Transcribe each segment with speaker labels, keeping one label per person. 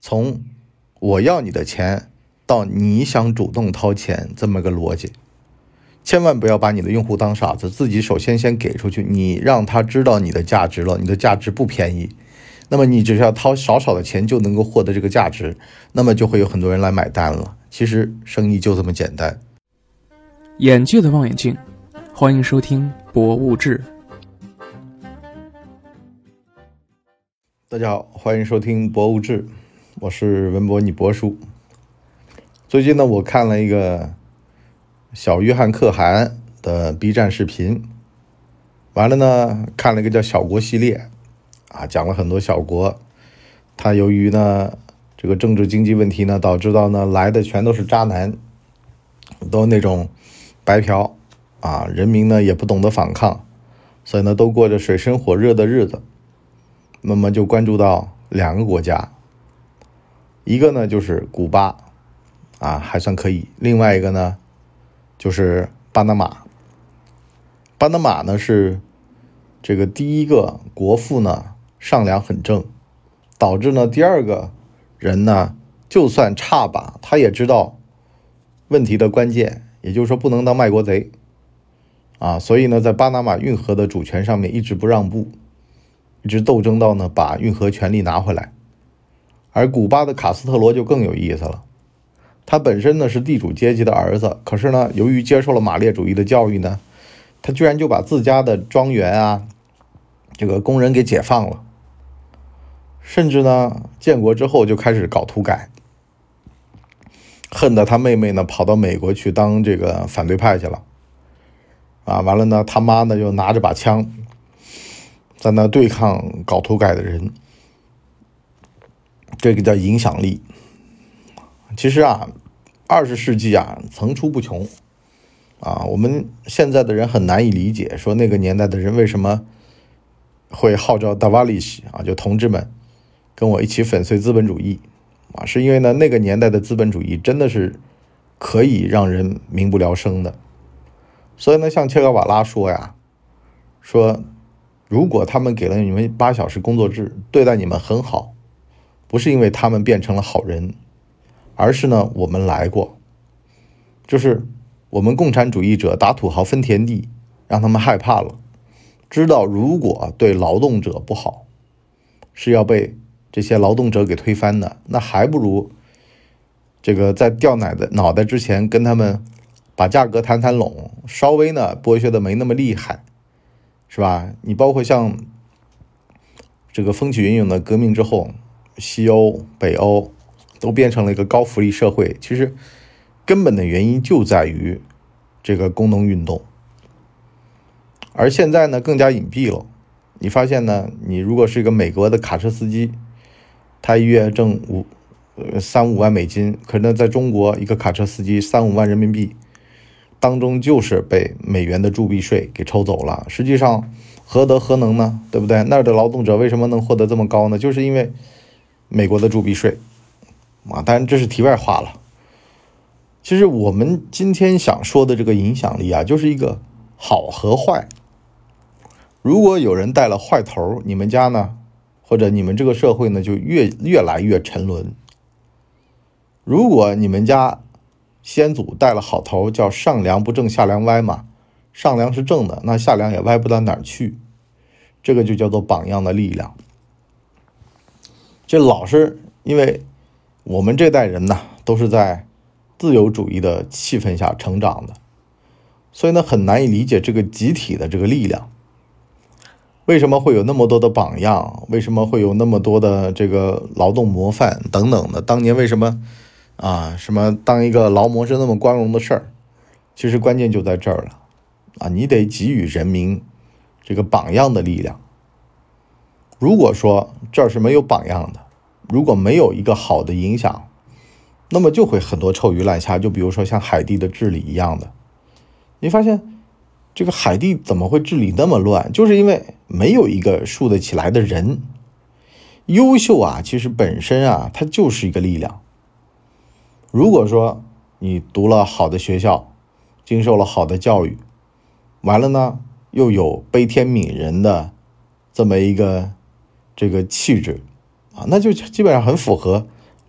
Speaker 1: 从我要你的钱到你想主动掏钱这么个逻辑。千万不要把你的用户当傻子，自己首先给出去，你让他知道你的价值了，你的价值不便宜，那么你只需要掏少少的钱就能够获得这个价值，那么就会有很多人来买单了。其实生意就这么简单。
Speaker 2: 眼界的望远镜，欢迎收听博物志。
Speaker 1: 大家好，欢迎收听博物志，我是文博你博叔。最近呢，我看了一个小约翰可汗的 B 站视频，完了呢，看了一个叫小国系列讲了很多小国，他由于呢这个政治经济问题呢，导致到呢来的全都是渣男，都那种白嫖人民呢也不懂得反抗，所以呢都过着水深火热的日子。那么就关注到两个国家，一个呢就是古巴还算可以，另外一个呢就是巴拿马。巴拿马呢是这个第一个国父呢上梁很正，导致呢第二个人呢就算差吧，他也知道问题的关键，也就是说不能当卖国贼所以呢在巴拿马运河的主权上面一直不让步，一直斗争到呢把运河权利拿回来。而古巴的卡斯特罗就更有意思了，他本身呢是地主阶级的儿子，可是呢由于接受了马列主义的教育呢，他居然就把自家的庄园这个工人给解放了，甚至呢建国之后就开始搞土改，恨得他妹妹呢跑到美国去当这个反对派去了完了呢他妈呢就拿着把枪在那对抗搞土改的人，这个叫影响力。其实20世纪层出不穷我们现在的人很难以理解，说那个年代的人为什么会号召达瓦利什就同志们跟我一起粉碎资本主义是因为呢那个年代的资本主义真的是可以让人民不聊生的。所以呢像切格瓦拉说如果他们给了你们8小时工作制，对待你们很好，不是因为他们变成了好人，而是呢我们来过，就是我们共产主义者打土豪分田地，让他们害怕了，知道如果对劳动者不好，是要被这些劳动者给推翻的，那还不如这个在掉脑袋之前跟他们把价格谈拢，稍微呢剥削的没那么厉害，是吧？你包括像这个风起云涌的革命之后，西欧、北欧都变成了一个高福利社会，其实根本的原因就在于这个工农运动。而现在呢更加隐蔽了，你发现呢，你如果是一个美国的卡车司机，他一月挣3-5万美金，可能在中国一个卡车司机3-5万人民币当中就是被美元的铸币税给抽走了。实际上何德何能呢，对不对？那儿的劳动者为什么能获得这么高呢？就是因为美国的铸币税当然这是题外话了。其实我们今天想说的这个影响力就是一个好和坏。如果有人带了坏头，你们家呢或者你们这个社会呢就越来越沉沦。如果你们家先祖带了好头，叫上梁不正下梁歪嘛，上梁是正的，那下梁也歪不到哪儿去，这个就叫做榜样的力量。这老是因为我们这代人呢都是在自由主义的气氛下成长的，所以呢很难以理解这个集体的这个力量。为什么会有那么多的榜样？为什么会有那么多的这个劳动模范等等的？当年为什么什么当一个劳模是那么光荣的事儿？其实关键就在这儿了你得给予人民这个榜样的力量。如果说这儿是没有榜样的，如果没有一个好的影响，那么就会很多臭鱼烂虾。就比如说像海地的治理一样的，你发现这个海地怎么会治理那么乱？就是因为没有一个竖得起来的人。优秀其实本身它就是一个力量。如果说你读了好的学校，经受了好的教育，完了呢又有悲天悯人的这么一个这个气质那就基本上很符合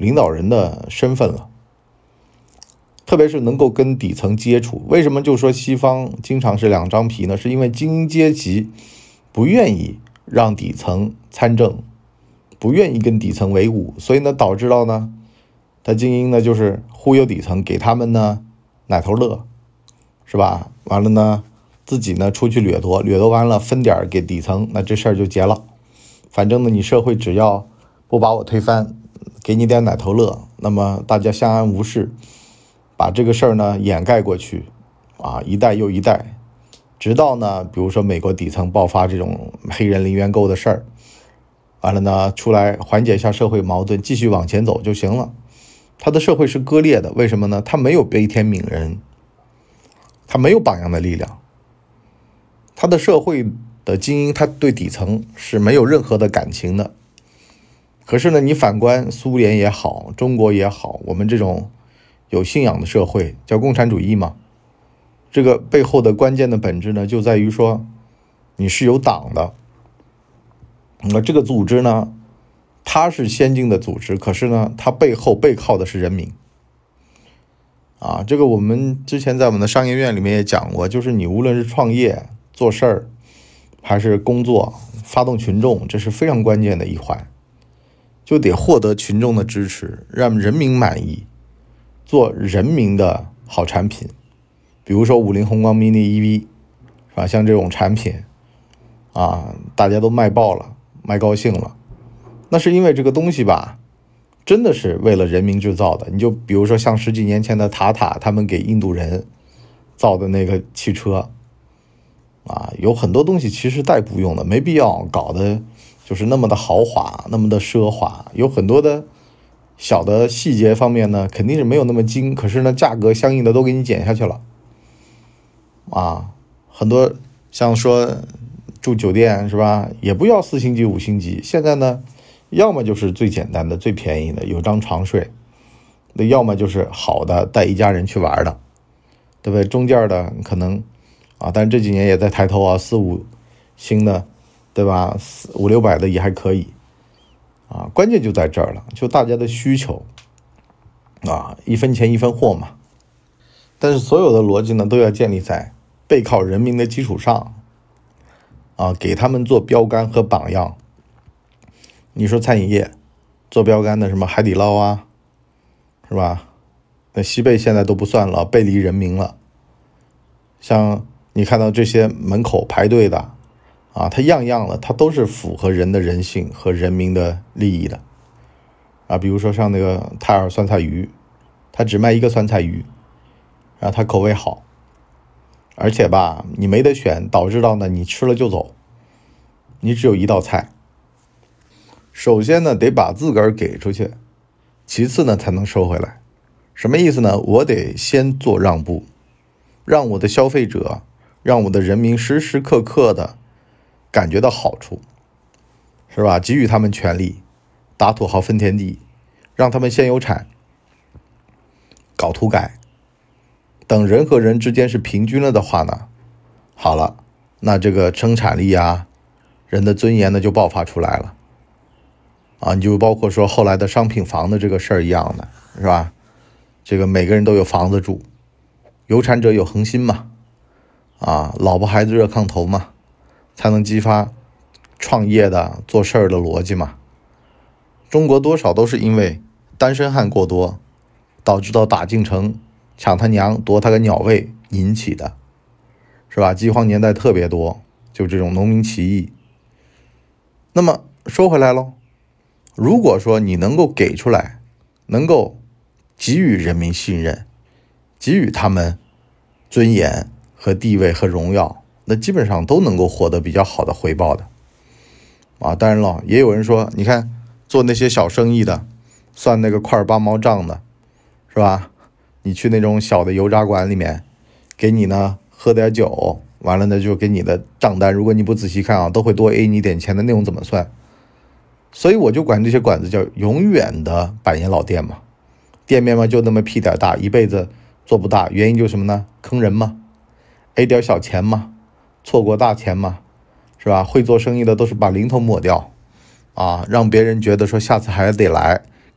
Speaker 1: 领导人的身份了，特别是能够跟底层接触。为什么就说西方经常是两张皮呢？是因为精英阶级不愿意让底层参政，不愿意跟底层为伍，所以呢导致到呢他精英呢就是忽悠底层，给他们呢奶头乐，是吧？完了呢自己呢出去掠夺，掠夺完了分点给底层，那这事儿就结了。反正呢你社会只要不把我推翻，给你点奶头乐，那么大家相安无事，把这个事儿呢掩盖过去啊，一代又一代，直到呢比如说美国底层爆发这种黑人零元购的事儿，完了呢出来缓解一下社会矛盾，继续往前走就行了。他的社会是割裂的，为什么呢？他没有悲天悯人，他没有榜样的力量，他的社会的精英他对底层是没有任何的感情的。可是呢你反观苏联也好，中国也好，我们这种有信仰的社会叫共产主义嘛，这个背后的关键的本质呢就在于说你是有党的，这个组织呢它是先进的组织，可是呢它背靠的是人民啊。这个我们之前在我们的商业院里面也讲过，就是你无论是创业做事儿还是工作，发动群众，这是非常关键的一环，就得获得群众的支持，让人民满意，做人民的好产品。比如说50宏光 mini EV 是吧？像这种产品啊，大家都卖爆了，卖高兴了，那是因为这个东西吧真的是为了人民制造的。你就比如说像10几年前的塔塔他们给印度人造的那个汽车啊，有很多东西其实代步用的，没必要搞得就是那么的豪华，那么的奢华，有很多的小的细节方面呢肯定是没有那么精，可是呢价格相应的都给你减下去了啊。很多像说住酒店是吧，也不要4星级5星级，现在呢要么就是最简单的最便宜的有张床睡，那要么就是好的带一家人去玩的，对不对？中间的可能啊，但是这几年也在抬头啊，4、5星的对吧，5、600的也还可以啊。关键就在这儿了，就大家的需求啊，一分钱一分货嘛。但是所有的逻辑呢都要建立在背靠人民的基础上啊，给他们做标杆和榜样。你说餐饮业做标杆的什么海底捞啊，是吧？那西贝现在都不算了，背离人民了。像你看到这些门口排队的啊，它样样的，它都是符合人的人性和人民的利益的啊。比如说像那个泰尔酸菜鱼，它只卖一个酸菜鱼，然后它口味好，而且吧你没得选，导致到呢你吃了就走，你只有一道菜。首先呢得把自个儿给出去，其次呢才能收回来。什么意思呢？我得先做让步，让我的消费者，让我的人民时时刻刻的感觉到好处，是吧？给予他们权利，打土豪分田地，让他们先有产，搞土改。等人和人之间是平均了的话呢，好了，那这个生产力啊，人的尊严呢就爆发出来了啊。你就包括说后来的商品房的这个事儿一样的，是吧？这个每个人都有房子住，有产者有恒心嘛，啊，老婆孩子热炕头嘛，才能激发创业的做事儿的逻辑嘛。中国多少都是因为单身汉过多，导致到打进城抢他娘夺他个鸟位引起的，是吧？饥荒年代特别多，就这种农民起义。那么说回来咯，如果说你能够给出来，能够给予人民信任，给予他们尊严和地位和荣耀，那基本上都能够获得比较好的回报的啊。当然了，也有人说你看做那些小生意的，算那个块8毛账的，是吧？你去那种小的油炸馆里面，给你呢喝点酒，完了呢就给你的账单，如果你不仔细看啊，都会多 A 你点钱的，内容怎么算？所以我就管这些馆子叫永远的百年老店嘛。店面嘛就那么屁点大，一辈子做不大，原因就是什么呢？坑人嘛， A 点小钱嘛，错过大钱嘛，是吧？会做生意的都是把零头抹掉啊，让别人觉得说下次还得来，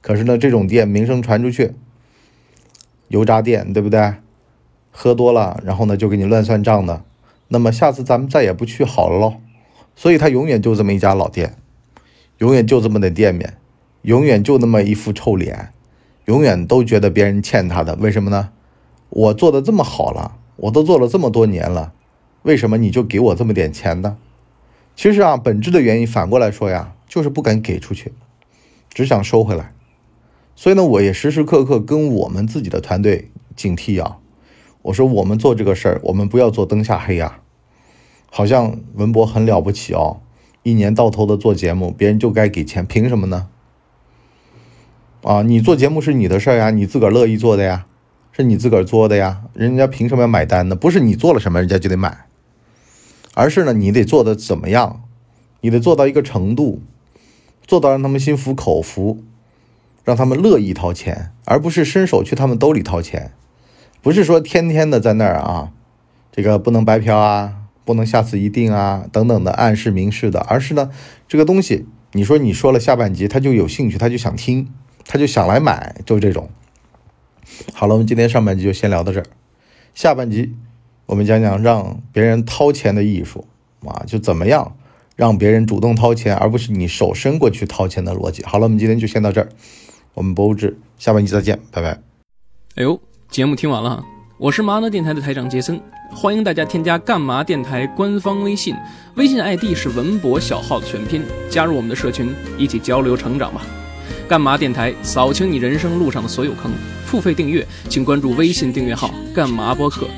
Speaker 1: 可是呢，这种店名声传出去，油炸店，对不对？喝多了，然后呢就给你乱算账的，那么下次咱们再也不去好了咯。所以他永远就这么一家老店，永远就这么点店面，永远就那么一副臭脸，永远都觉得别人欠他的。为什么呢？我做的这么好了，我都做了这么多年了，为什么你就给我这么点钱呢？其实啊，本质的原因反过来说呀，就是不敢给出去，只想收回来。所以呢，我也时时刻刻跟我们自己的团队警惕啊，我说我们做这个事儿，我们不要做灯下黑啊。好像文博很了不起哦，一年到头的做节目，别人就该给钱，凭什么呢？啊，你做节目是你的事儿呀，你自个儿乐意做的呀，是你自个儿做的呀，人家凭什么要买单呢？不是你做了什么人家就得买，而是呢你得做的怎么样，你得做到一个程度，做到让他们心服口服，让他们乐意掏钱，而不是伸手去他们兜里掏钱。不是说天天的在那儿啊，这个不能白嫖啊，不能下次一定啊等等的暗示明示的，而是呢这个东西你说了下半集他就有兴趣，他就想听，他就想来买，就这种。好了，我们今天上半集就先聊到这儿，下半集我们讲讲让别人掏钱的艺术啊，就怎么样让别人主动掏钱，而不是你手伸过去掏钱的逻辑。好了，我们今天就先到这儿，我们博物志下半集再见，拜拜。
Speaker 2: 哎呦，节目听完了哈，我是麻辣电台的台长杰森，欢迎大家添加干嘛电台官方微信，微信 ID 是文博小号的全拼，加入我们的社群，一起交流成长吧。干嘛电台扫清你人生路上的所有坑，付费订阅请关注微信订阅号干嘛播客。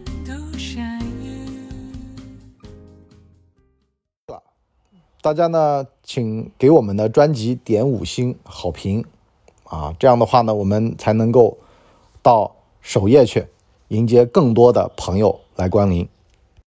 Speaker 1: 大家呢请给我们的专辑点5星好评啊，这样的话呢我们才能够到首页去迎接更多的朋友来光临。